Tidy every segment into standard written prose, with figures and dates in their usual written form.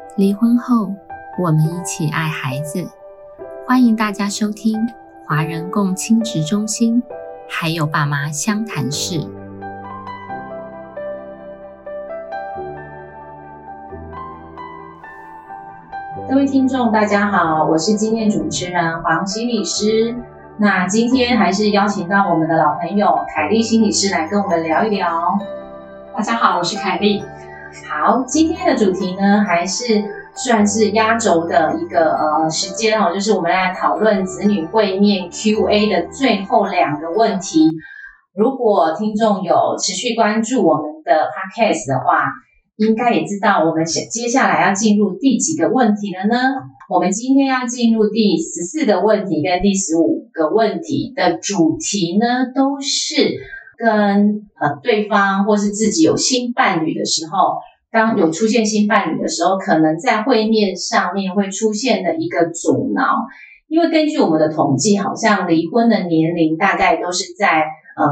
离婚后，我们一起爱孩子。欢迎大家收听华人共亲职中心，还有爸妈相谈室。 各位听众大家好，我是今天主持人黄心理师。那今天还是邀请到我们的老朋友凯丽心理师来跟我们聊一聊。 大家好，我是凯丽。 好，今天的主题呢，还是算是压轴的一个时间哦，就是我们来讨论子女会面 Q&A 的最后2个问题。如果听众有持续关注我们的 Podcast 的话，应该也知道我们接下来要进入第几个问题了呢？我们今天要进入第14个问题跟第15个问题的主题呢，都是跟对方或是自己有新伴侣的时候，当有出现新伴侣的时候，可能在会面上面会出现的一个阻挠。因为根据我们的统计，好像离婚的年龄大概都是在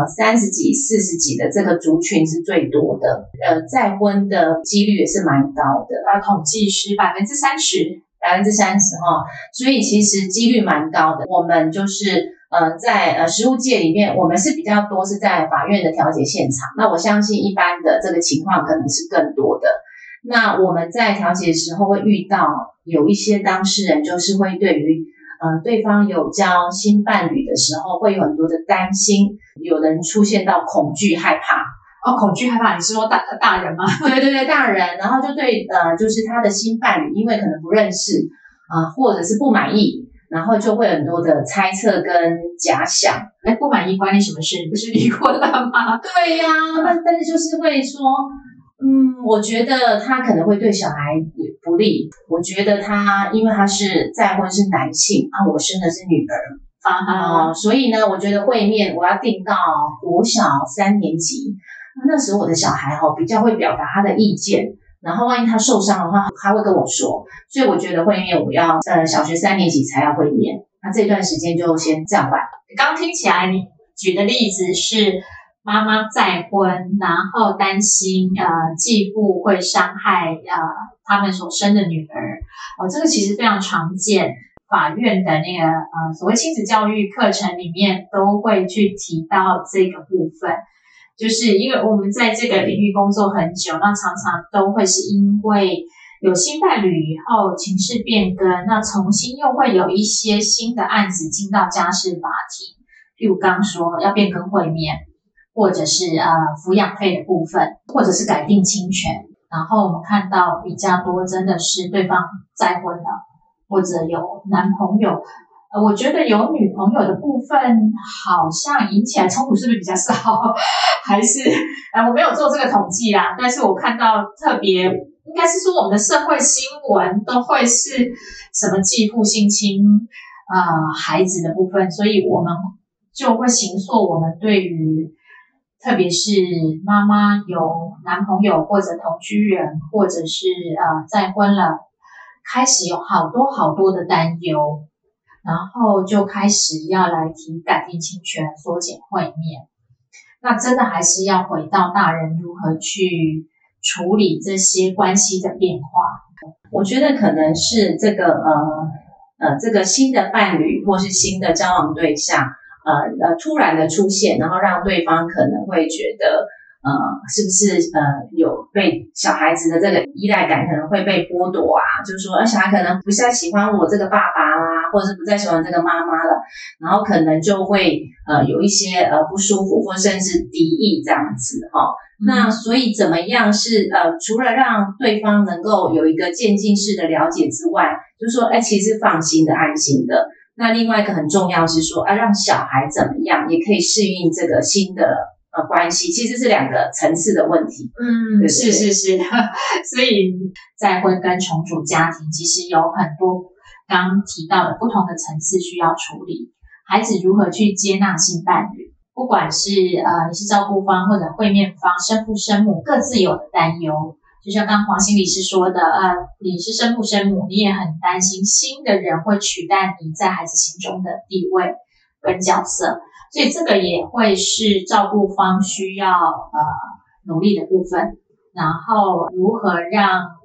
30几、40几的这个族群是最多的，再婚的几率也是蛮高的， 统计是30%， 所以其实几率蛮高的。我们就是在实务界里面，我们是比较多是在法院的调解现场，那我相信一般的这个情况可能是更多的。那我们在调解的时候会遇到有一些当事人就是会对于对方有交新伴侣的时候会有很多的担心，有人出现到恐惧害怕。 恐惧害怕，你是说大人吗？ 对，大人，然后就对就是他的新伴侣，因为可能不认识或者是不满意，然后就会很多的猜测跟假想。 不满意关你什么事？你不是离婚了吗？ 对呀，但是就是会说我觉得他可能会对小孩也不利。我觉得他因为他是再婚是男性我生的是女儿所以呢，我觉得会面我要定到国小3年级。那时候我的小孩比较会表达他的意见，然后万一他受伤的话，他会跟我说。所以我觉得会面我要小学3年级才要会面。那这段时间就先暂缓。 刚听起来你举的例子是妈妈再婚，然后担心继父会伤害他们所生的女儿这个其实非常常见，法院的那个所谓亲子教育课程里面都会去提到这个部分。就是因为我们在这个领域工作很久，那常常都会是因为有新伴侣以后情势变更，那重新又会有一些新的案子进到家事法庭，譬如刚刚说要变更会面，或者是抚养费的部分，或者是改定亲权。然后我们看到比较多真的是对方再婚了，或者有男朋友。我觉得有女朋友的部分好像引起来冲突是不是比较少？还是我没有做这个统计啦，但是我看到特别应该是说我们的社会新闻都会是什么继父性侵孩子的部分，所以我们就会形塑我们对于特别是妈妈有男朋友或者同居人或者是再婚了，开始有好多的担忧，然后就开始要来提改定亲权、缩减会面。那真的还是要回到大人如何去处理这些关系的变化。 我觉得可能是这个这个新的伴侣或是新的交往对象突然的出现，然后让对方可能会觉得是不是有被小孩子的这个依赖感可能会被剥夺就是说小孩可能不再喜欢我这个爸爸啦，或者是不再喜欢这个妈妈了，然后可能就会有一些不舒服或甚至敌意这样子那所以怎么样是除了让对方能够有一个渐进式的了解之外，就是说其实放心的安心的。那另外一个很重要是说让小孩怎么样也可以适应这个新的关系，其实是2个层次的问题。 是所以再婚跟重组家庭其实有很多刚提到的不同的层次需要处理。孩子如何去接纳新伴侣，不管是你是照顾方或者会面方，生父生母各自有的担忧。就像刚黄心理师说的你是生父生母，你也很担心新的人会取代你在孩子心中的地位跟角色，所以这个也会是照顾方需要努力的部分。然后如何让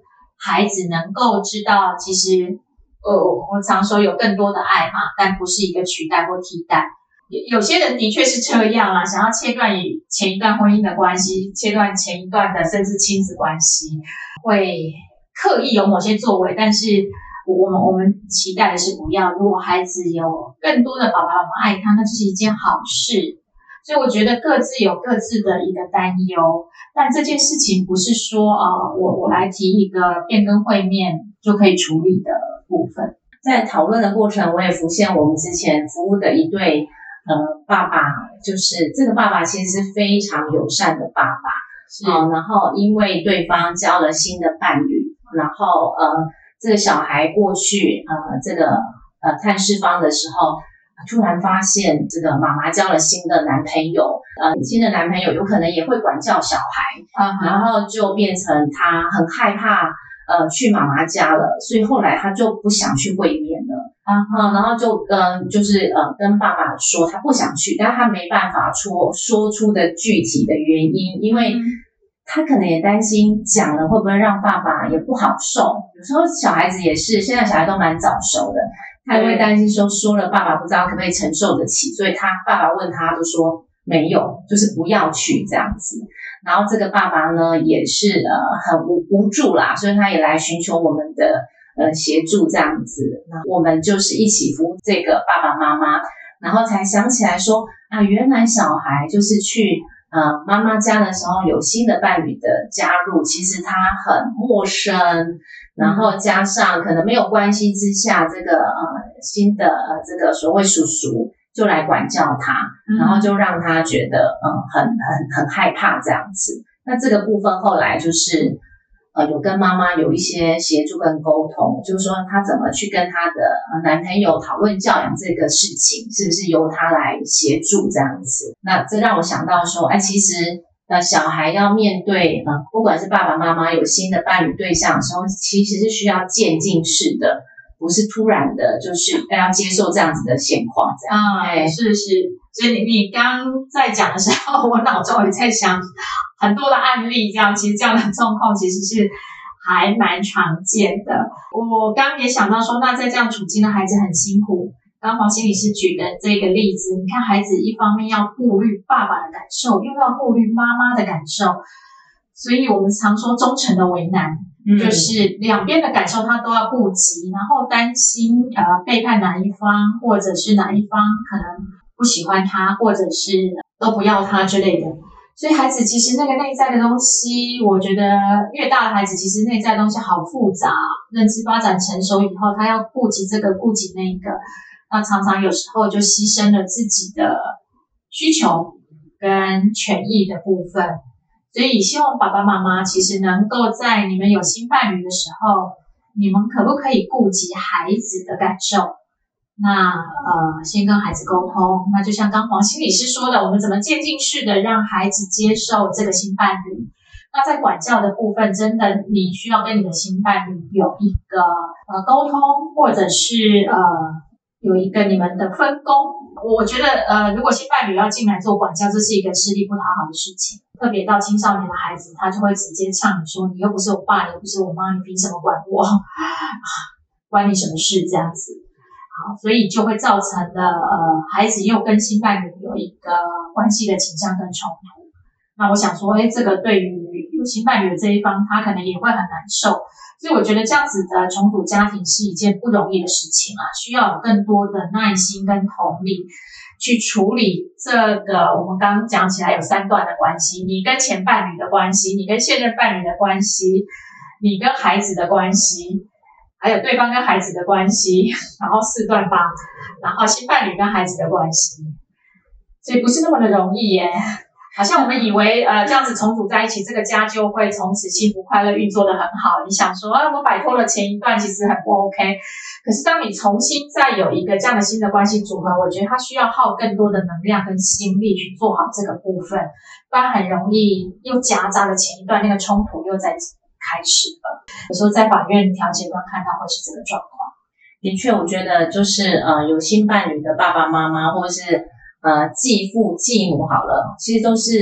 孩子能够知道，其实我常说有更多的爱嘛，但不是一个取代或替代。有些人的确是这样啦，想要切断与前一段婚姻的关系，切断前一段的甚至亲子关系，会刻意有某些作为，但是我们期待的是不要。如果孩子有更多的爸爸妈妈爱他，那就是一件好事。所以我觉得各自有各自的一个担忧，但这件事情不是说我来提一个变更会面就可以处理的部分。 在讨论的过程，我也浮现我们之前服务的一对爸爸，就是这个爸爸其实是非常友善的爸爸，然后因为对方交了新的伴侣，然后这个小孩过去这个探视方的时候，突然发现这个妈妈交了新的男朋友，新的男朋友有可能也会管教小孩，然后就变成他很害怕去妈妈家了，所以后来他就不想去会面了，然后就是跟爸爸说他不想去，但他没办法说出的具体的原因，因为他可能也担心讲了会不会让爸爸也不好受。有时候小孩子也是，现在小孩都蛮早熟的，他也会担心说了爸爸不知道可不可以承受得起，所以他爸爸问他都说没有，就是不要去这样子。然后这个爸爸呢也是很无助啦，所以他也来寻求我们的协助这样子。那我们就是一起服务这个爸爸妈妈，然后才想起来说原来小孩就是去妈妈家的时候有新的伴侣的加入，其实他很陌生，然后加上可能没有关系之下，这个新的这个所谓叔叔就来管教他，然后就让他觉得很害怕这样子。那这个部分后来就是有跟妈妈有一些协助跟沟通，就是说她怎么去跟她的男朋友讨论教养这个事情，是不是由她来协助这样子。那这让我想到说其实小孩要面对不管是爸爸妈妈有新的伴侣对象的时候，其实是需要渐进式的，不是突然的就是要接受这样子的现况这样。 是。所以你刚在讲的时候，我脑中也在想很多的案例，这样其实这样的状况其实是还蛮常见的。我刚也想到说，那在这样处境的孩子很辛苦。刚黄心理师举的这个例子，你看孩子一方面要顾虑爸爸的感受，又要顾虑妈妈的感受，所以我们常说忠诚的为难，就是两边的感受他都要顾及，然后担心背叛哪一方，或者是哪一方可能不喜欢他，或者是都不要他之类的。所以孩子其实那个内在的东西，我觉得越大的孩子其实内在的东西好复杂，认知发展成熟以后，他要顾及这个顾及那个，那常常有时候就牺牲了自己的需求跟权益的部分。所以希望爸爸妈妈其实能够在你们有新伴侣的时候，你们可不可以顾及孩子的感受？那先跟孩子沟通，那就像刚黄心理师说的，我们怎么渐进式的让孩子接受这个新伴侣。那在管教的部分，真的你需要跟你的新伴侣有一个沟通，或者是有一个你们的分工。我觉得如果新伴侣要进来做管教，这是一个吃力不讨好的事情，特别到青少年的孩子，他就会直接呛你说，你又不是我爸，你又不是我妈，你凭什么管我关你什么事这样子。好，所以就会造成了孩子又跟新伴侣有一个关系的倾向跟冲突。那我想说这个对于有新伴侣的这一方，他可能也会很难受。所以我觉得这样子的重组家庭是一件不容易的事情需要有更多的耐心跟同理去处理这个我们刚刚讲起来有3段的关系，你跟前伴侣的关系，你跟现任伴侣的关系，你跟孩子的关系，还有对方跟孩子的关系，然后4段吧，然后新伴侣跟孩子的关系，所以不是那么的容易耶。好像我们以为这样子重组在一起，这个家就会从此幸福快乐运作得很好。你想说我摆脱了前一段其实很不 OK， 可是当你重新再有一个这样的新的关系组合，我觉得它需要耗更多的能量跟心力去做好这个部分，不然很容易又夹杂了前一段那个冲突又在开始了。有时候在法院调解官看到会是这个状况。 的确，我觉得就是有新伴侣的爸爸妈妈或是继父继母好了，其实都是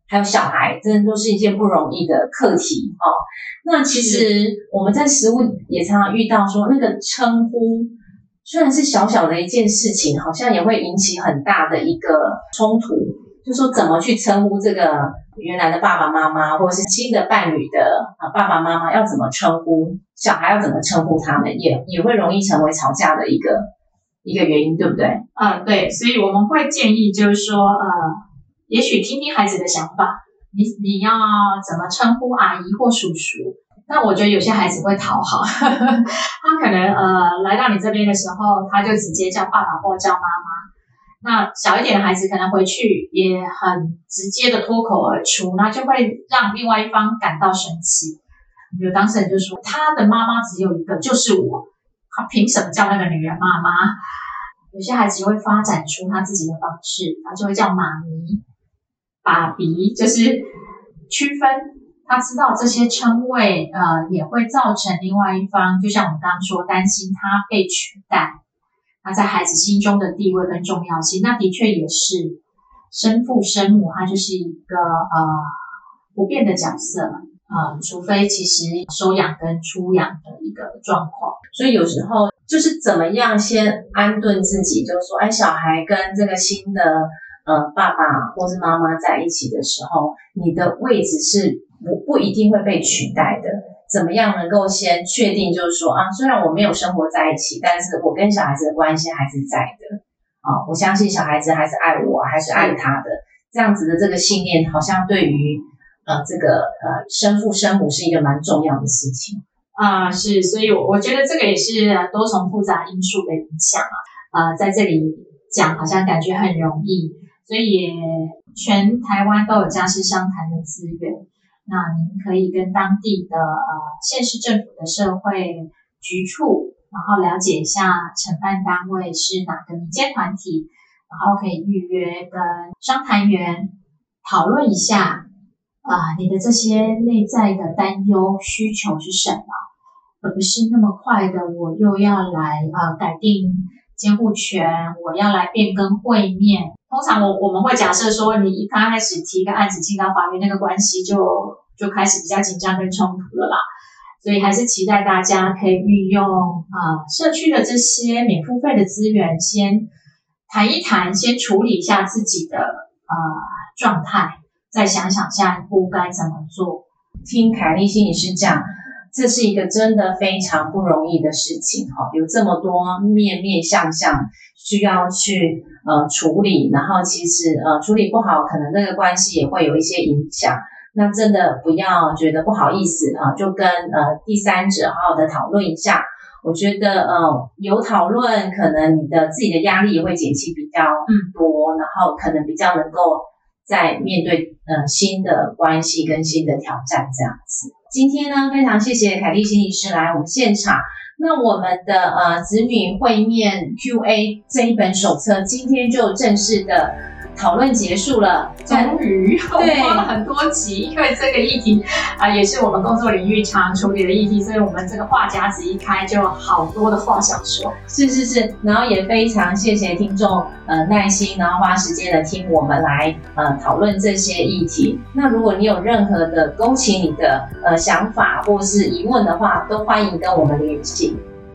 还有小孩，真的都是一件不容易的课题哦。那其实我们在实务也常常遇到说，那个称呼虽然是小小的一件事情，好像也会引起很大的一个冲突，就说怎么去称呼这个原来的爸爸妈妈，或者是新的伴侣的爸爸妈妈要怎么称呼，小孩要怎么称呼他们，也会容易成为吵架的一个原因，对不对？ 对，所以我们会建议就是说，也许听听孩子的想法，你要怎么称呼阿姨或叔叔？那我觉得有些孩子会讨好，他可能来到你这边的时候，他就直接叫爸爸或叫妈妈。那小一点的孩子可能回去也很直接的脱口而出，那就会让另外一方感到生气。有当事人就说，他的妈妈只有一个，就是我，他凭什么叫那个女人妈妈？有些孩子就会发展出他自己的方式，他就会叫妈咪、爸比，就是区分。他知道这些称谓也会造成另外一方，就像我们刚刚说，担心他被取代，他在孩子心中的地位跟重要性，那的确也是生父生母，他就是一个不变的角色，除非其实收养跟出养的一个状况。 所以有时候就是怎么样先安顿自己，就是说，小孩跟这个新的爸爸或是妈妈在一起的时候，你的位置是不一定会被取代的。怎么样能够先确定，就是说虽然我没有生活在一起，但是我跟小孩子的关系还是在的我相信小孩子还是爱我，还是爱他的，这样子的这个信念，好像对于这个生父生母是一个蛮重要的事情是，所以我觉得这个也是多重复杂因素的影响在这里讲好像感觉很容易，所以也全台湾都有家事相谈的资源。那您可以跟当地的县市政府的社会局处，然后了解一下承办单位是哪个民间团体，然后可以预约跟商谈员讨论一下你的这些内在的担忧需求是什么，而不是那么快的我又要来改定监护权，我要来变更会面。通常我们会假设说，你一刚开始提个案子进到法院，那个关系就开始比较紧张跟冲突了啦。所以还是期待大家可以运用社区的这些免付费的资源，先谈一谈，先处理一下自己的状态，再想想下一步该怎么做。 听凯莉心理师讲，这是一个真的非常不容易的事情有这么多面面相需要去处理，然后其实处理不好，可能这个关系也会有一些影响。那真的不要觉得不好意思就跟第三者好好的讨论一下。我觉得有讨论，可能你的自己的压力也会减轻比较多，然后可能比较能够在面对新的关系跟新的挑战这样子。今天呢，非常谢谢凯莉心理师来我们现场。那我们的子女会面 QA 这一本手册今天就正式的讨论结束了， 终于我花了很多集，因为这个议题也是我们工作领域常处理的议题，所以我们这个话匣子一开就好多的话想说。 是，然后也非常谢谢听众耐心，然后花时间的听我们来讨论这些议题。那如果你有任何的勾起你的想法或是疑问的话，都欢迎跟我们联系。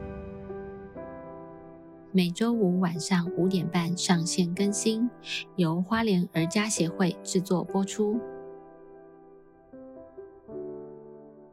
每周五晚上5点半上线更新，由花莲儿家协会制作播出。